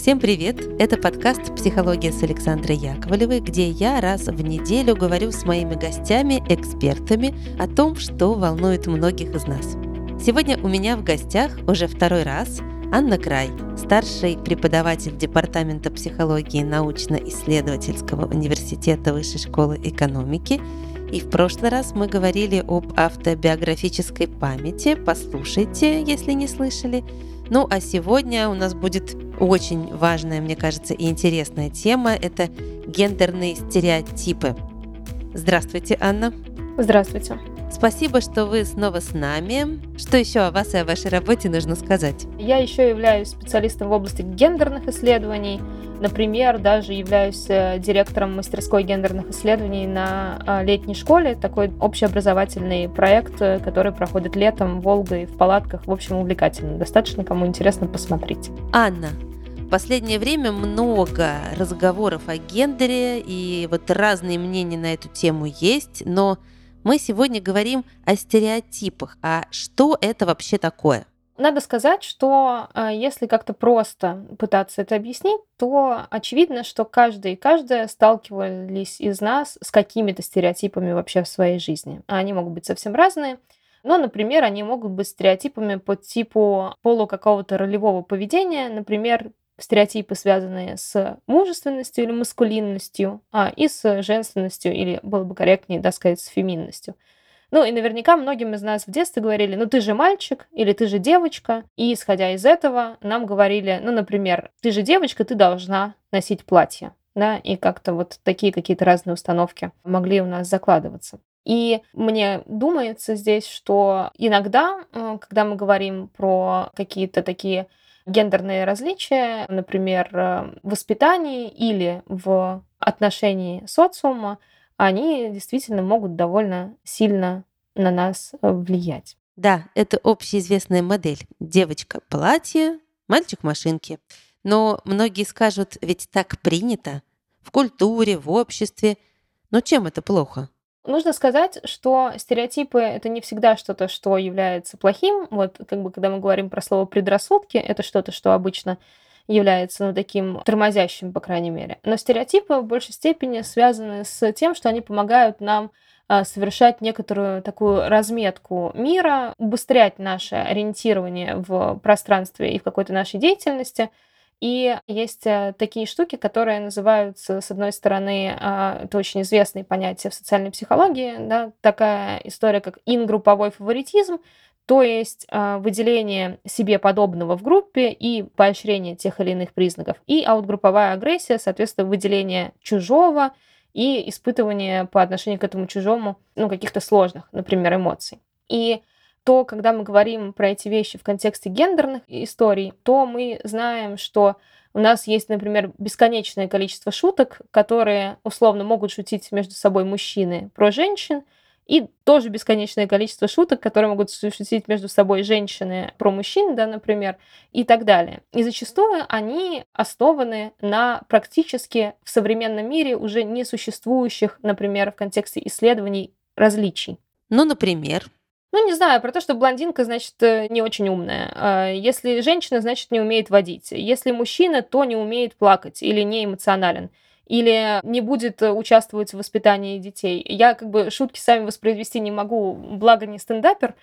Всем привет! Это подкаст «Психология» с Александрой Яковлевой, где я раз в неделю говорю с моими гостями, экспертами о том, что волнует многих из нас. Сегодня у меня в гостях уже второй раз Анна Край, старший преподаватель Департамента психологии Научно-исследовательского университета Высшей школы экономики. И в прошлый раз мы говорили об автобиографической памяти. Послушайте, если не слышали. Ну а сегодня у нас будет очень важная, мне кажется, и интересная тема. Это гендерные стереотипы. Здравствуйте, Анна. Здравствуйте. Спасибо, что вы снова с нами. Что еще о вас и о вашей работе нужно сказать? Я еще являюсь специалистом в области гендерных исследований. Например, даже являюсь директором мастерской гендерных исследований на летней школе. Такой общеобразовательный проект, который проходит летом Волгой в палатках. В общем, увлекательно. Достаточно, кому интересно, посмотреть. Анна, в последнее время много разговоров о гендере, и вот разные мнения на эту тему есть, но мы сегодня говорим о стереотипах. А что это вообще такое? Надо сказать, что если как-то просто пытаться это объяснить, то очевидно, что каждый и каждая сталкивались из нас с какими-то стереотипами вообще в своей жизни. Они могут быть совсем разные. Но, например, они могут быть стереотипами по типу полу какого-то ролевого поведения, например, стереотипы, связанные с мужественностью или маскулинностью, и с женственностью, или было бы корректнее, да, сказать, с феминностью. Ну и наверняка многим из нас в детстве говорили: ну ты же мальчик или ты же девочка. И исходя из этого нам говорили, ну, например, ты же девочка, ты должна носить платье. Да, и как-то вот такие какие-то разные установки могли у нас закладываться. И мне думается здесь, что иногда, когда мы говорим про какие-то такие гендерные различия, например, в воспитании или в отношении социума, они действительно могут довольно сильно на нас влиять. Да, это общеизвестная модель. Девочка– платье, мальчик– машинки. Но многие скажут, ведь так принято в культуре, в обществе. Но чем это плохо? Нужно сказать, что стереотипы — это не всегда что-то, что является плохим. Вот как бы когда мы говорим про слово «предрассудки», это что-то, что обычно является, ну, таким тормозящим, по крайней мере. Но стереотипы в большей степени связаны с тем, что они помогают нам совершать некоторую такую разметку мира, убыстрять наше ориентирование в пространстве и в какой-то нашей деятельности. И есть такие штуки, которые называются, с одной стороны, это очень известные понятия в социальной психологии, да, такая история, как ингрупповой фаворитизм, то есть выделение себе подобного в группе и поощрение тех или иных признаков. И аутгрупповая агрессия, соответственно, выделение чужого и испытывание по отношению к этому чужому, ну, каких-то сложных, например, эмоций. И то, когда мы говорим про эти вещи в контексте гендерных историй, то мы знаем, что у нас есть, например, бесконечное количество шуток, которые условно могут шутить между собой мужчины про женщин, и тоже бесконечное количество шуток, которые могут шутить между собой женщины про мужчин, да, например, и так далее. И зачастую они основаны на практически в современном мире уже не существующих, например, в контексте исследований различий. Ну, например, Ну, не знаю, про то, что блондинка, значит, не очень умная. Если женщина, значит, не умеет водить. Если мужчина, то не умеет плакать или не эмоционален. Или не будет участвовать в воспитании детей. Я как бы шутки сами воспроизвести не могу, благо не стендапер,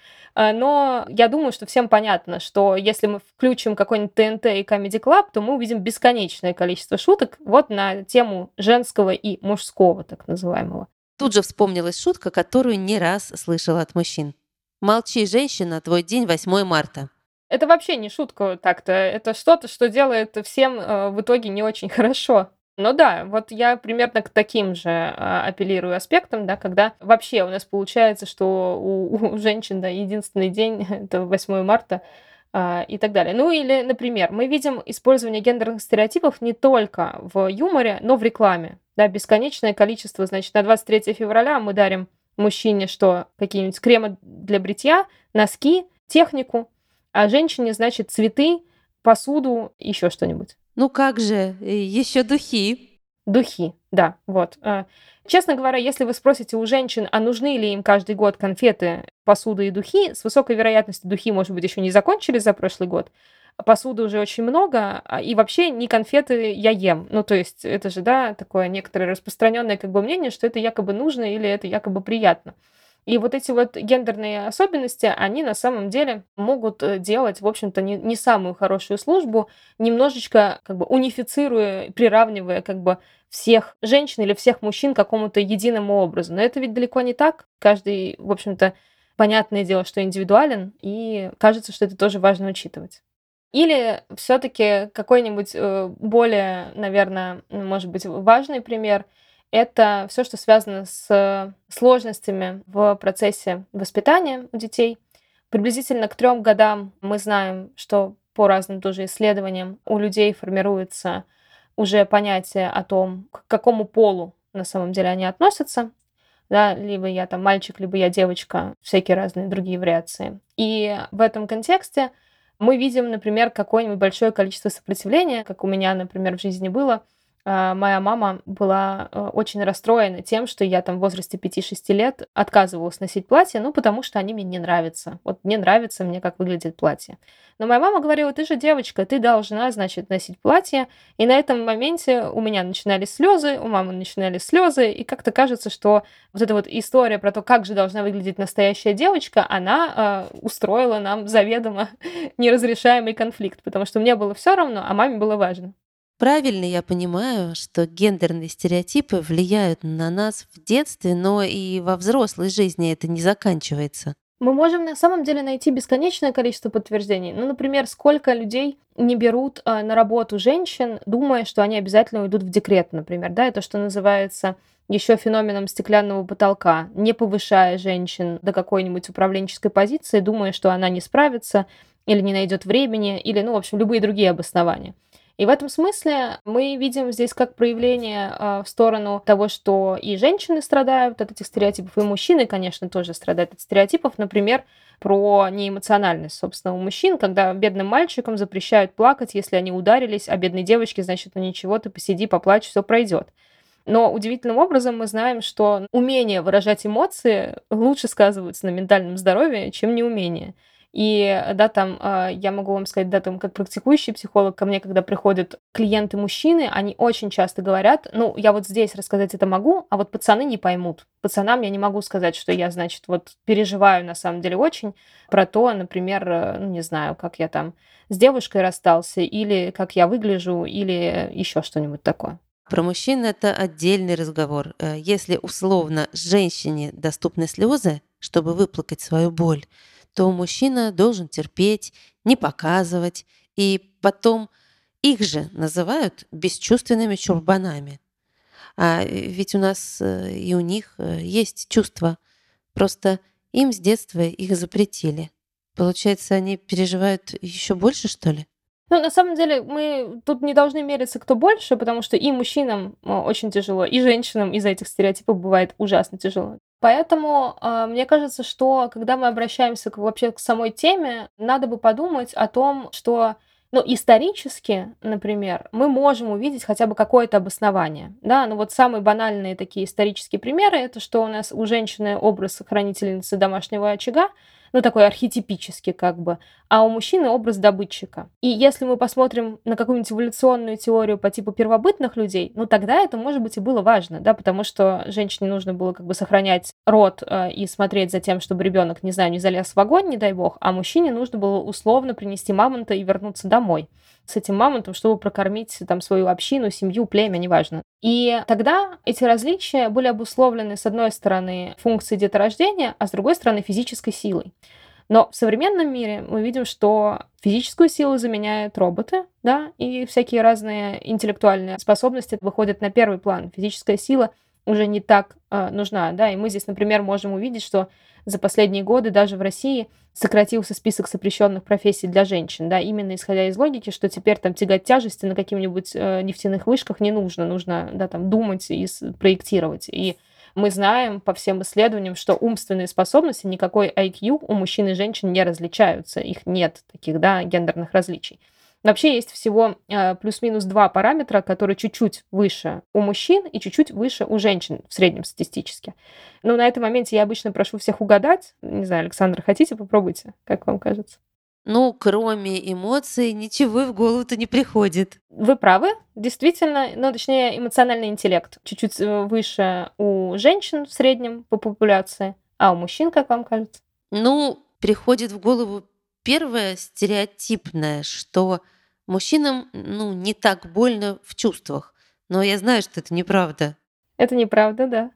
но я думаю, что всем понятно, что если мы включим какой-нибудь ТНТ и Comedy Club, то мы увидим бесконечное количество шуток вот на тему женского и мужского, так называемого. тут же вспомнилась шутка, которую не раз слышала от мужчин. «Молчи, женщина, твой день 8 марта». Это вообще не шутка так-то, это что-то, что делает всем в итоге не очень хорошо. Но да, вот я примерно к таким же апеллирую аспектам, да, когда вообще у нас получается, что у женщин, да, единственный день — это 8 марта, и так далее. Ну или, например, мы видим использование гендерных стереотипов не только в юморе, но в рекламе. Да, бесконечное количество, значит, на 23 февраля мы дарим мужчине что? Какие-нибудь кремы для бритья, носки, технику, а женщине, значит, цветы, посуду, еще что-нибудь. Ну как же, еще духи. Духи, да, вот. Честно говоря, если вы спросите у женщин, а нужны ли им каждый год конфеты, посуда и духи, с высокой вероятностью духи, может быть, еще не закончились за прошлый год, посуды уже очень много, и вообще не конфеты я ем. Ну, то есть это же, да, такое некоторое распространенное как бы мнение, что это якобы нужно или это якобы приятно. И вот эти вот гендерные особенности, они на самом деле могут делать, в общем-то, не самую хорошую службу, немножечко как бы унифицируя, приравнивая как бы всех женщин или всех мужчин к какому-то единому образу. Но это ведь далеко не так. Каждый, в общем-то, понятное дело, что индивидуален, и кажется, что это тоже важно учитывать. Или все-таки какой-нибудь более, наверное, может быть, важный пример — это все, что связано с сложностями в процессе воспитания у детей. Приблизительно к 3 годам мы знаем, что по разным тоже исследованиям у людей формируется уже понятие о том, к какому полу на самом деле они относятся. Да, либо я там мальчик, либо я девочка, всякие разные другие вариации. И в этом контексте мы видим, например, какое-нибудь большое количество сопротивления, как у меня, например, в жизни было. Моя мама была очень расстроена тем, что я там в возрасте 5-6 лет отказывалась носить платье, ну, потому что они мне не нравятся. Вот не нравится мне, как выглядит платье. Но моя мама говорила: ты же девочка, ты должна, значит, носить платье. И на этом моменте у меня начинались слезы, у мамы начинались слезы, и как-то кажется, что вот эта вот история про то, как же должна выглядеть настоящая девочка, она устроила нам заведомо неразрешаемый конфликт, потому что мне было все равно, а маме было важно. Правильно я понимаю, что гендерные стереотипы влияют на нас в детстве, но и во взрослой жизни это не заканчивается. Мы можем на самом деле найти бесконечное количество подтверждений. Ну, например, сколько людей не берут на работу женщин, думая, что они обязательно уйдут в декрет, например. Да, это что называется еще феноменом стеклянного потолка, не повышая женщин до какой-нибудь управленческой позиции, думая, что она не справится или не найдет времени, или, ну, в общем, любые другие обоснования. И в этом смысле мы видим здесь как проявление в сторону того, что и женщины страдают от этих стереотипов, и мужчины, конечно, тоже страдают от стереотипов. Например, про неэмоциональность, собственно, у мужчин, когда бедным мальчикам запрещают плакать, если они ударились, а бедной девочке, значит, ну ничего, ты посиди, поплачь, все пройдет. Но удивительным образом мы знаем, что умение выражать эмоции лучше сказывается на ментальном здоровье, чем неумение. И да, там я могу вам сказать, да, там как практикующий психолог ко мне, когда приходят клиенты-мужчины, они очень часто говорят: ну, я вот здесь рассказать это могу, а вот пацаны не поймут. Пацанам я не могу сказать, что я, значит, вот переживаю на самом деле очень про то, например, ну, не знаю, как я там с девушкой расстался, или как я выгляжу, или еще что-нибудь такое. Про мужчин это отдельный разговор. Если условно женщине доступны слезы, чтобы выплакать свою боль, то мужчина должен терпеть, не показывать, и потом их же называют бесчувственными чурбанами. Ведь у нас и у них есть чувства, просто им с детства их запретили. Получается, они переживают еще больше, что ли? Ну, на самом деле, мы тут не должны мериться, кто больше, потому что и мужчинам очень тяжело, и женщинам из-за этих стереотипов бывает ужасно тяжело. Поэтому мне кажется, что когда мы обращаемся вообще к самой теме, надо бы подумать о том, что, ну, исторически, например, мы можем увидеть хотя бы какое-то обоснование. Да, ну вот самые банальные такие исторические примеры — это что у нас у женщины образ хранительницы домашнего очага, ну, такой архетипический как бы, а у мужчины образ добытчика. И если мы посмотрим на какую-нибудь эволюционную теорию по типу первобытных людей, ну тогда это, может быть, и было важно, да, потому что женщине нужно было как бы сохранять род и смотреть за тем, чтобы ребенок, не знаю, не залез в огонь, не дай бог, а мужчине нужно было условно принести мамонта и вернуться домой с этим мамонтом, чтобы прокормить там свою общину, семью, племя, неважно. И тогда эти различия были обусловлены, с одной стороны, функцией деторождения, а с другой стороны, физической силой. Но в современном мире мы видим, что физическую силу заменяют роботы, да, и всякие разные интеллектуальные способности выходят на первый план. Физическая сила уже не так нужна, да, и мы здесь, например, можем увидеть, что за последние годы даже в России сократился список запрещенных профессий для женщин, да, именно исходя из логики, что теперь там тягать тяжести на каких-нибудь нефтяных вышках не нужно, нужно, да, там думать и проектировать. И мы знаем по всем исследованиям, что умственные способности, никакой IQ у мужчин и женщин не различаются. Их нет, таких, да, гендерных различий. Вообще есть всего плюс-минус 2 параметра, которые чуть-чуть выше у мужчин и чуть-чуть выше у женщин в среднем статистически. Но на этом моменте я обычно прошу всех угадать. Не знаю, Александр, хотите, попробуйте, как вам кажется? Ну, кроме эмоций, ничего и в голову-то не приходит. Вы правы, действительно, ну, точнее, эмоциональный интеллект чуть-чуть выше у женщин в среднем по популяции, а у мужчин, как вам кажется? Ну, приходит в голову первое стереотипное, что мужчинам, ну, не так больно в чувствах. Но я знаю, что это неправда. Это неправда, да.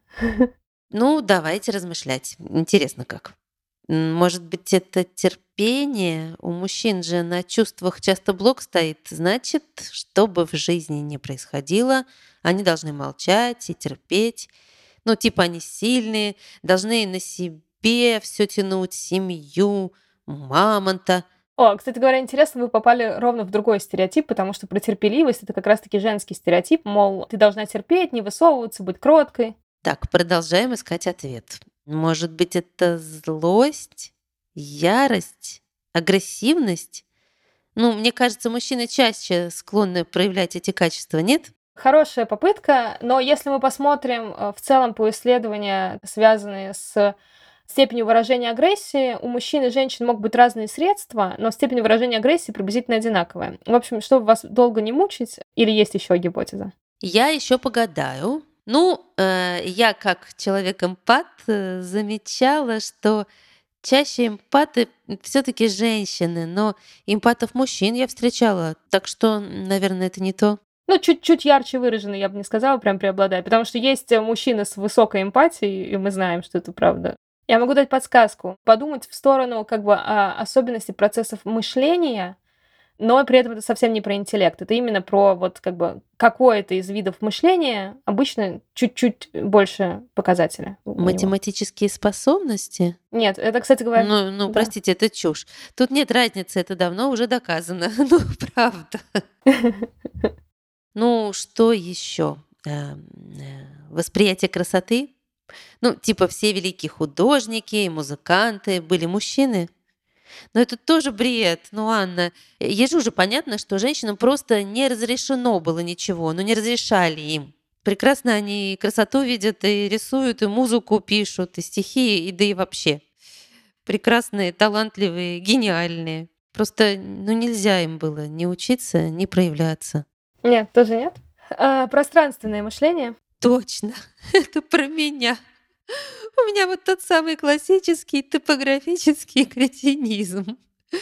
Ну, давайте размышлять. Интересно как. Может быть, это терпение? У мужчин же на чувствах часто блок стоит. Значит, что бы в жизни ни происходило, они должны молчать и терпеть. Ну, типа они сильные, должны на себе все тянуть, семью, мамонта. О, кстати говоря, интересно, вы попали ровно в другой стереотип, потому что про терпеливость это как раз-таки женский стереотип, мол, ты должна терпеть, не высовываться, быть кроткой. Так, продолжаем искать ответ. Может быть, это злость, ярость, агрессивность? Ну, мне кажется, мужчины чаще склонны проявлять эти качества, нет? Хорошая попытка, но если мы посмотрим в целом по исследования, связанные с степенью выражения агрессии, у мужчин и женщин могут быть разные средства, но степень выражения агрессии приблизительно одинаковая. В общем, чтобы вас долго не мучить, или есть еще гипотеза? Я еще погадаю. Ну, я как человек-эмпат замечала, что чаще эмпаты все-таки женщины, но эмпатов мужчин я встречала, так что, наверное, это не то. Ну, чуть-чуть ярче выраженный, я бы не сказала, прям преобладает. Потому что есть мужчины с высокой эмпатией, и мы знаем, что это правда. Я могу дать подсказку. Подумать в сторону как бы особенностей процессов мышления, но при этом это совсем не про интеллект. Это именно про вот как бы какое-то из видов мышления обычно чуть-чуть больше показателя у него. Математические способности? Нет, это, кстати говоря, Ну, да. простите, это чушь. Тут нет разницы, это давно уже доказано. Ну, правда. Ну, что еще? Восприятие красоты? Ну, типа все великие художники и музыканты были мужчины. Но это тоже бред. Ну, Анна, ежу же понятно, что женщинам просто не разрешено было ничего, ну, не разрешали им. Прекрасно они красоту видят и рисуют, и музыку пишут, и стихи, и да и вообще. Прекрасные, талантливые, гениальные. Просто, ну, нельзя им было ни учиться, ни проявляться. Нет, тоже нет. Пространственное мышление. Точно, это про меня. У меня вот тот самый классический топографический кретинизм.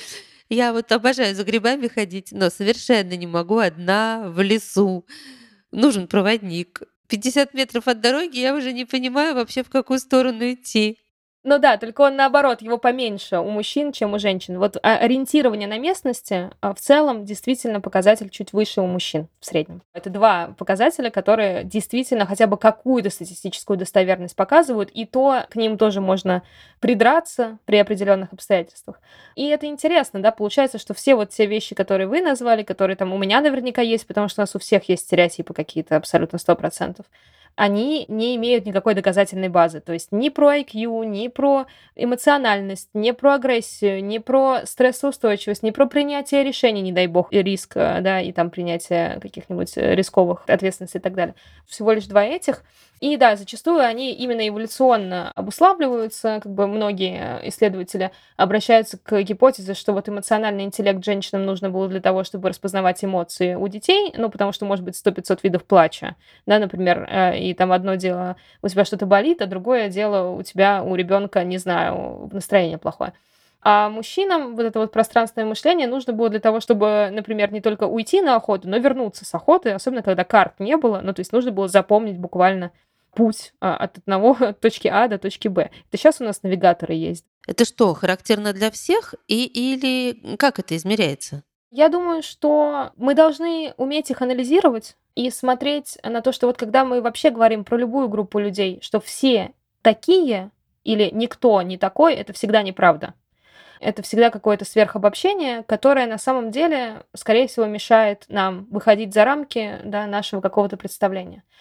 Я вот обожаю за грибами ходить, но совершенно не могу одна в лесу. Нужен проводник. 50 метров от дороги я уже не понимаю вообще, в какую сторону идти. Ну да, только он наоборот, его поменьше у мужчин, чем у женщин. Вот ориентирование на местности в целом действительно показатель чуть выше у мужчин в среднем. Это два показателя, которые действительно хотя бы какую-то статистическую достоверность показывают, и то к ним тоже можно придраться при определенных обстоятельствах. И это интересно, да, получается, что все вот те вещи, которые вы назвали, которые там у меня наверняка есть, потому что у нас у всех есть стереотипы какие-то абсолютно 100%, они не имеют никакой доказательной базы. То есть ни про IQ, ни про эмоциональность, ни про агрессию, ни про стрессоустойчивость, ни про принятие решений, не дай бог, и риск, да, и там принятие каких-нибудь рисковых ответственностей и так далее. Всего лишь два этих. И да, зачастую они именно эволюционно обуславливаются. Как бы многие исследователи обращаются к гипотезе, что вот эмоциональный интеллект женщинам нужно было для того, чтобы распознавать эмоции у детей, ну, потому что может быть 100-500 видов плача, да, например, и там одно дело у тебя что-то болит, а другое дело у тебя, у ребенка, не знаю, настроение плохое. А мужчинам вот это вот пространственное мышление нужно было для того, чтобы, например, не только уйти на охоту, но вернуться с охоты, особенно когда карт не было. Ну, то есть нужно было запомнить буквально путь от одного от точки А до точки Б. Это сейчас у нас навигаторы есть. Это что, характерно для всех или как это измеряется? Я думаю, что мы должны уметь их анализировать и смотреть на то, что вот когда мы вообще говорим про любую группу людей, что все такие или никто не такой, это всегда неправда. Это всегда какое-то сверхобобщение, которое на самом деле, скорее всего, мешает нам выходить за рамки, да, нашего какого-то представления.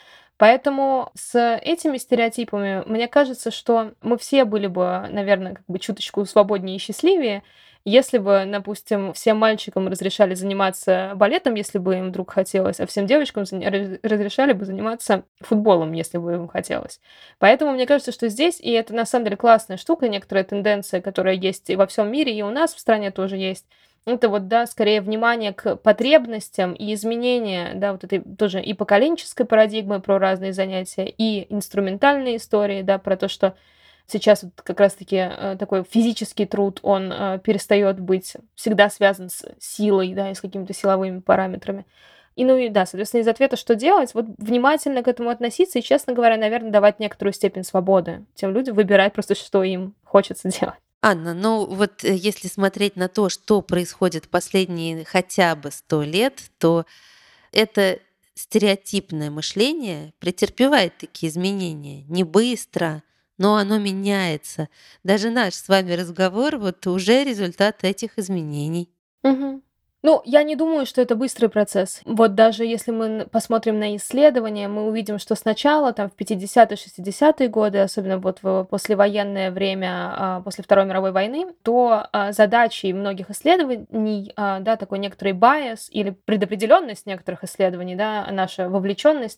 Поэтому с этими стереотипами, мне кажется, что мы все были бы, наверное, как бы чуточку свободнее и счастливее, если бы, допустим, всем мальчикам разрешали заниматься балетом, если бы им вдруг хотелось, а всем девочкам разрешали бы заниматься футболом, если бы им хотелось. Поэтому мне кажется, что здесь, и это на самом деле классная штука, некоторая тенденция, которая есть и во всем мире, и у нас в стране тоже есть, это вот, да, скорее внимание к потребностям и изменения, да, вот этой тоже и поколенческой парадигмы про разные занятия, и инструментальные истории, да, про то, что сейчас вот как раз-таки такой физический труд, он перестает быть всегда связан с силой, да, и с какими-то силовыми параметрами. И, ну и да, соответственно, из ответа, что делать, вот внимательно к этому относиться и, честно говоря, наверное, давать некоторую степень свободы тем людям выбирать просто, что им хочется делать. Анна, ну вот если смотреть на то, что происходит последние хотя бы 100 лет, то это стереотипное мышление претерпевает такие изменения. Не быстро, но оно меняется. Даже наш с вами разговор вот уже результат этих изменений. Мгм. Ну, я не думаю, что это быстрый процесс. Вот даже если мы посмотрим на исследования, мы увидим, что сначала, там, в 50-е, 60-е годы, особенно вот в послевоенное время, после Второй мировой войны, то задачей многих исследований, да, такой некоторый байс или предопределенность некоторых исследований, да, наша вовлеченность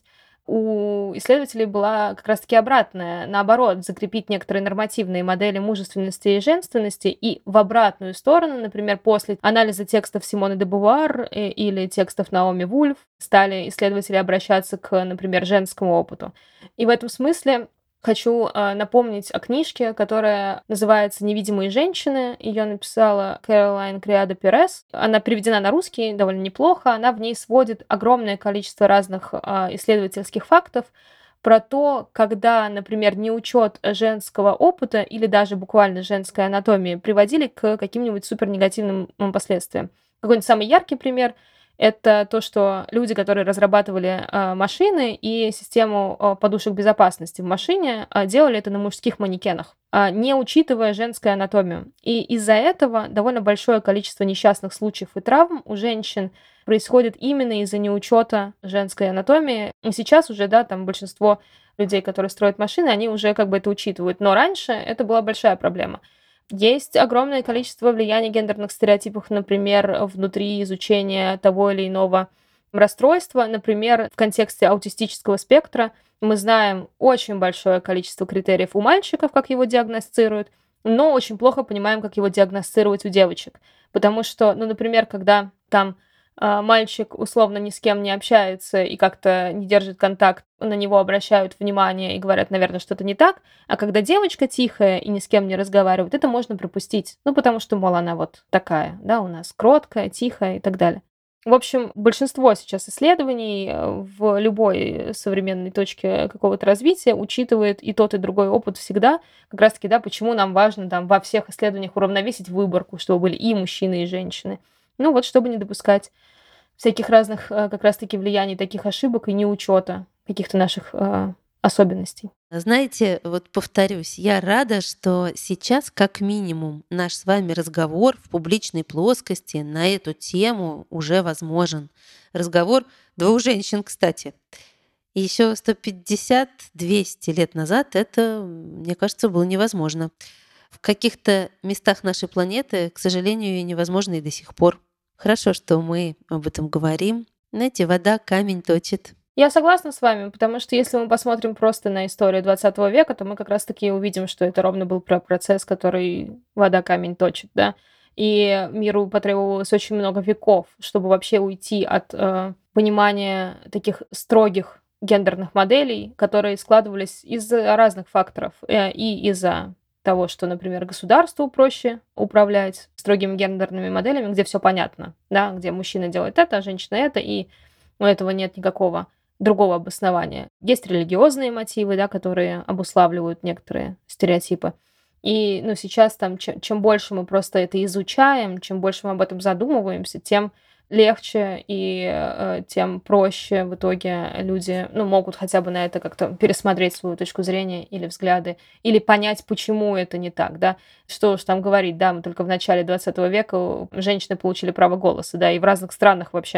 у исследователей была как раз-таки обратная. Наоборот, закрепить некоторые нормативные модели мужественности и женственности и в обратную сторону, например, после анализа текстов Симоны де Бувуар или текстов Наоми Вульф, стали исследователи обращаться к, например, женскому опыту. И в этом смысле хочу напомнить о книжке, которая называется «Невидимые женщины». Ее написала Кэролайн Криадо Перес. Она переведена на русский довольно неплохо. Она в ней сводит огромное количество разных исследовательских фактов про то, когда, например, неучет женского опыта или даже буквально женской анатомии приводили к каким-нибудь супернегативным последствиям. Какой-нибудь самый яркий пример — это то, что люди, которые разрабатывали машины и систему подушек безопасности в машине, делали это на мужских манекенах, не учитывая женскую анатомию. И из-за этого довольно большое количество несчастных случаев и травм у женщин происходит именно из-за неучета женской анатомии. И сейчас уже, да, там большинство людей, которые строят машины, они уже как бы это учитывают. Но раньше это была большая проблема. Есть огромное количество влияний гендерных стереотипов, например, внутри изучения того или иного расстройства. Например, в контексте аутистического спектра мы знаем очень большое количество критериев у мальчиков, как его диагностируют, но очень плохо понимаем, как его диагностировать у девочек. Потому что, ну, например, когда там мальчик условно ни с кем не общается и как-то не держит контакт, на него обращают внимание и говорят, наверное, что-то не так. А когда девочка тихая и ни с кем не разговаривает, это можно пропустить. Ну, потому что, мол, она вот такая, да, у нас кроткая, тихая и так далее. В общем, большинство сейчас исследований в любой современной точке какого-то развития учитывает и тот, и другой опыт всегда. Как раз-таки, да, почему нам важно там во всех исследованиях уравновесить выборку, чтобы были и мужчины, и женщины. Ну вот, чтобы не допускать всяких разных как раз-таки влияний, таких ошибок и неучета каких-то наших особенностей. Знаете, вот повторюсь, я рада, что сейчас как минимум наш с вами разговор в публичной плоскости на эту тему уже возможен. Разговор двух женщин, кстати. И еще 150-200 лет назад это, мне кажется, было невозможно. В каких-то местах нашей планеты, к сожалению, невозможно и до сих пор. Хорошо, что мы об этом говорим. Знаете, вода камень точит. Я согласна с вами, потому что если мы посмотрим просто на историю 20 века, то мы как раз-таки увидим, что это ровно был процесс, который вода камень точит, да. И миру потребовалось очень много веков, чтобы вообще уйти от понимания таких строгих гендерных моделей, которые складывались из разных факторов. И из-за того, что, например, государству проще управлять строгими гендерными моделями, где все понятно, да, где мужчина делает это, а женщина это, и у этого нет никакого другого обоснования. Есть религиозные мотивы, да, которые обуславливают некоторые стереотипы. И ну, сейчас там, чем больше мы просто это изучаем, чем больше мы об этом задумываемся, тем легче и тем проще в итоге люди могут хотя бы на это как-то пересмотреть свою точку зрения или взгляды, или понять, почему это не так, да. Что уж там говорить, да, мы только в начале 20 века женщины получили право голоса, да, и в разных странах вообще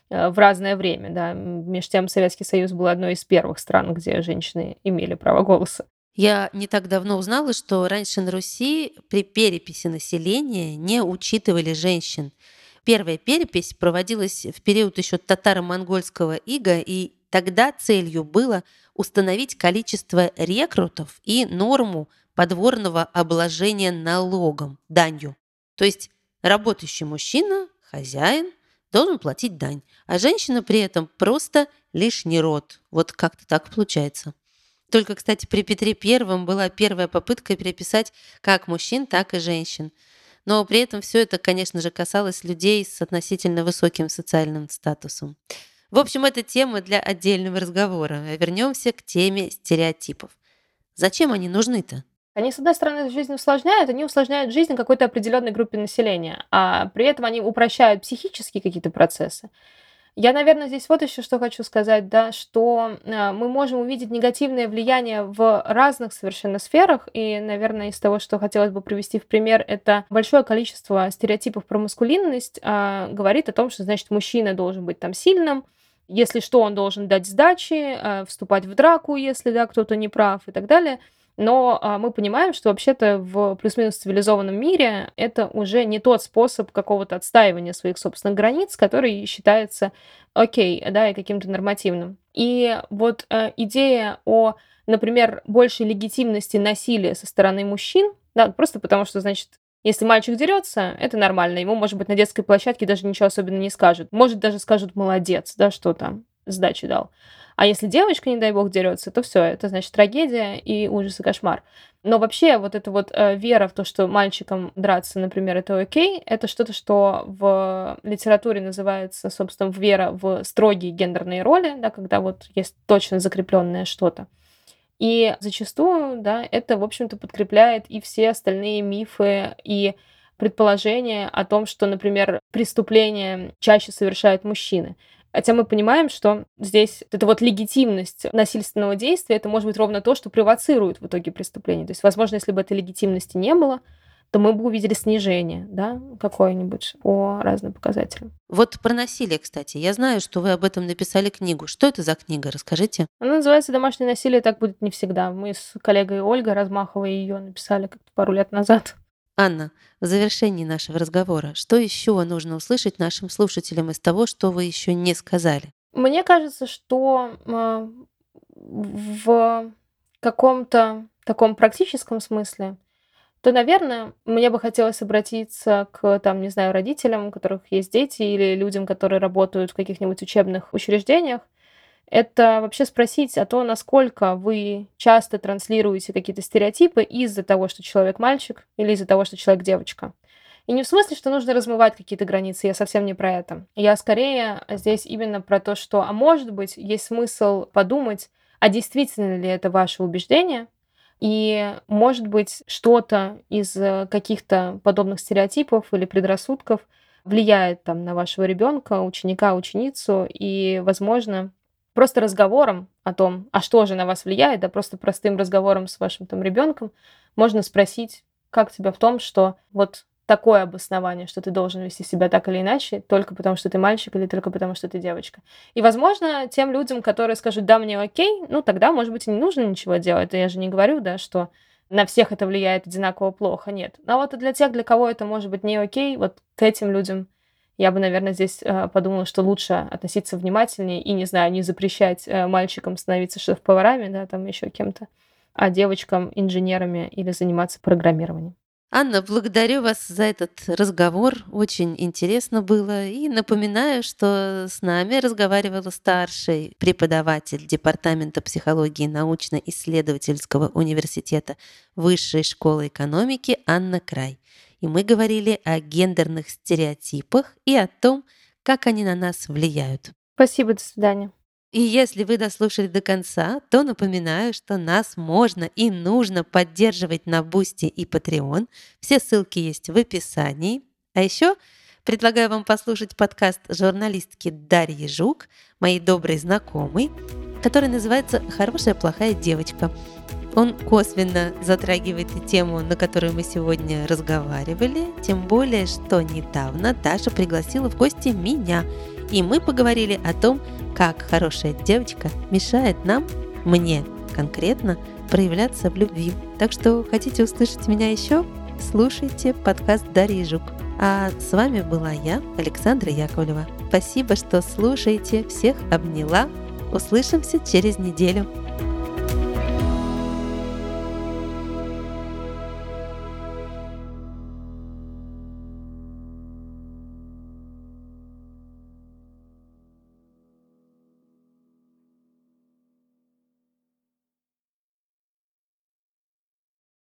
в разное время, да. Между тем Советский Союз был одной из первых стран, где женщины имели право голоса. Я не так давно узнала, что раньше на Руси при переписи населения не учитывали женщин. Первая перепись проводилась в период еще татаро-монгольского ига, и тогда целью было установить количество рекрутов и норму подворного обложения налогом, данью. То есть работающий мужчина, хозяин, должен платить дань, а женщина при этом просто лишний род. Вот как-то так получается. Только, кстати, при Петре Первом была первая попытка переписать как мужчин, так и женщин. Но при этом все это, конечно же, касалось людей с относительно высоким социальным статусом. В общем, это тема для отдельного разговора. Вернемся к теме стереотипов. Зачем они нужны-то? Они, с одной стороны, жизнь усложняют, они усложняют жизнь какой-то определенной группе населения, а при этом они упрощают психические какие-то процессы. Я, наверное, здесь вот еще что хочу сказать, да, что мы можем увидеть негативное влияние в разных совершенно сферах, и, наверное, из того, что хотелось бы привести в пример, это большое количество стереотипов про маскулинность говорит о том, что, значит, мужчина должен быть там сильным, если что, он должен дать сдачи, вступать в драку, если, да, кто-то не прав и так далее. Но мы понимаем, что вообще-то в плюс-минус цивилизованном мире это уже не тот способ какого-то отстаивания своих собственных границ, который считается окей, да, и каким-то нормативным. И вот идея о, например, большей легитимности насилия со стороны мужчин, да, просто потому что, значит, если мальчик дерется, это нормально. Ему, может быть, на детской площадке даже ничего особенно не скажут. Может, даже скажут молодец, да, что там, сдачи дал. А если девочка, не дай бог, дерется, то все, это значит трагедия и ужас и кошмар. Но вообще вот эта вот вера в то, что мальчикам драться, например, это окей, это что-то, что в литературе называется, собственно, вера в строгие гендерные роли, да, когда вот есть точно закрепленное что-то. И зачастую, да, это, в общем-то, подкрепляет и все остальные мифы и предположения о том, что, например, преступления чаще совершают мужчины. Хотя мы понимаем, что здесь эта вот легитимность насильственного действия, это может быть ровно то, что провоцирует в итоге преступление. То есть, возможно, если бы этой легитимности не было, то мы бы увидели снижение, да, какое-нибудь по разным показателям. Вот про насилие, кстати. Я знаю, что вы об этом написали книгу. Что это за книга? Расскажите. Она называется «Домашнее насилие. Так будет не всегда». Мы с коллегой Ольгой Размаховой ее написали как-то пару лет назад. Анна, в завершении нашего разговора, что еще нужно услышать нашим слушателям из того, что вы еще не сказали? Мне кажется, что в каком-то таком практическом смысле, то, наверное, мне бы хотелось обратиться к, там, не знаю, родителям, у которых есть дети, или людям, которые работают в каких-нибудь учебных учреждениях. Это вообще спросить о том, насколько вы часто транслируете какие-то стереотипы из-за того, что человек мальчик, или из-за того, что человек девочка. И не в смысле, что нужно размывать какие-то границы, я совсем не про это. Я скорее здесь именно про то, что, а может быть, есть смысл подумать, а действительно ли это ваше убеждение, и, может быть, что-то из каких-то подобных стереотипов или предрассудков влияет там на вашего ребенка, ученика, ученицу, и, возможно, просто разговором о том, а что же на вас влияет, да просто простым разговором с вашим там ребенком можно спросить, как тебя в том, что вот такое обоснование, что ты должен вести себя так или иначе, только потому что ты мальчик или только потому что ты девочка. И, возможно, тем людям, которые скажут, да, мне окей, ну тогда, может быть, и не нужно ничего делать. Я же не говорю, да, что на всех это влияет одинаково плохо, нет. Но вот для тех, для кого это может быть не окей, вот к этим людям я бы, наверное, здесь подумала, что лучше относиться внимательнее и, не знаю, не запрещать мальчикам становиться шеф-поварами, да, там еще кем-то, а девочкам инженерами или заниматься программированием. Анна, благодарю вас за этот разговор. Очень интересно было. И напоминаю, что с нами разговаривала старший преподаватель Департамента психологии научно-исследовательского университета Высшей школы экономики Анна Край. И мы говорили о гендерных стереотипах и о том, как они на нас влияют. Спасибо, до свидания. И если вы дослушали до конца, то напоминаю, что нас можно и нужно поддерживать на Бусти и Patreon. Все ссылки есть в описании. А еще предлагаю вам послушать подкаст журналистки Дарьи Жук, моей доброй знакомой, который называется «Хорошая плохая девочка». Он косвенно затрагивает и тему, на которую мы сегодня разговаривали, тем более, что недавно Даша пригласила в гости меня, И мы поговорили о том, как хорошая девочка мешает нам, мне конкретно, проявляться в любви. Так что хотите услышать меня еще? Слушайте подкаст Дарьи Жук. А с вами была я, Александра Яковлева. Спасибо, что слушаете. Всех обняла. Услышимся через неделю.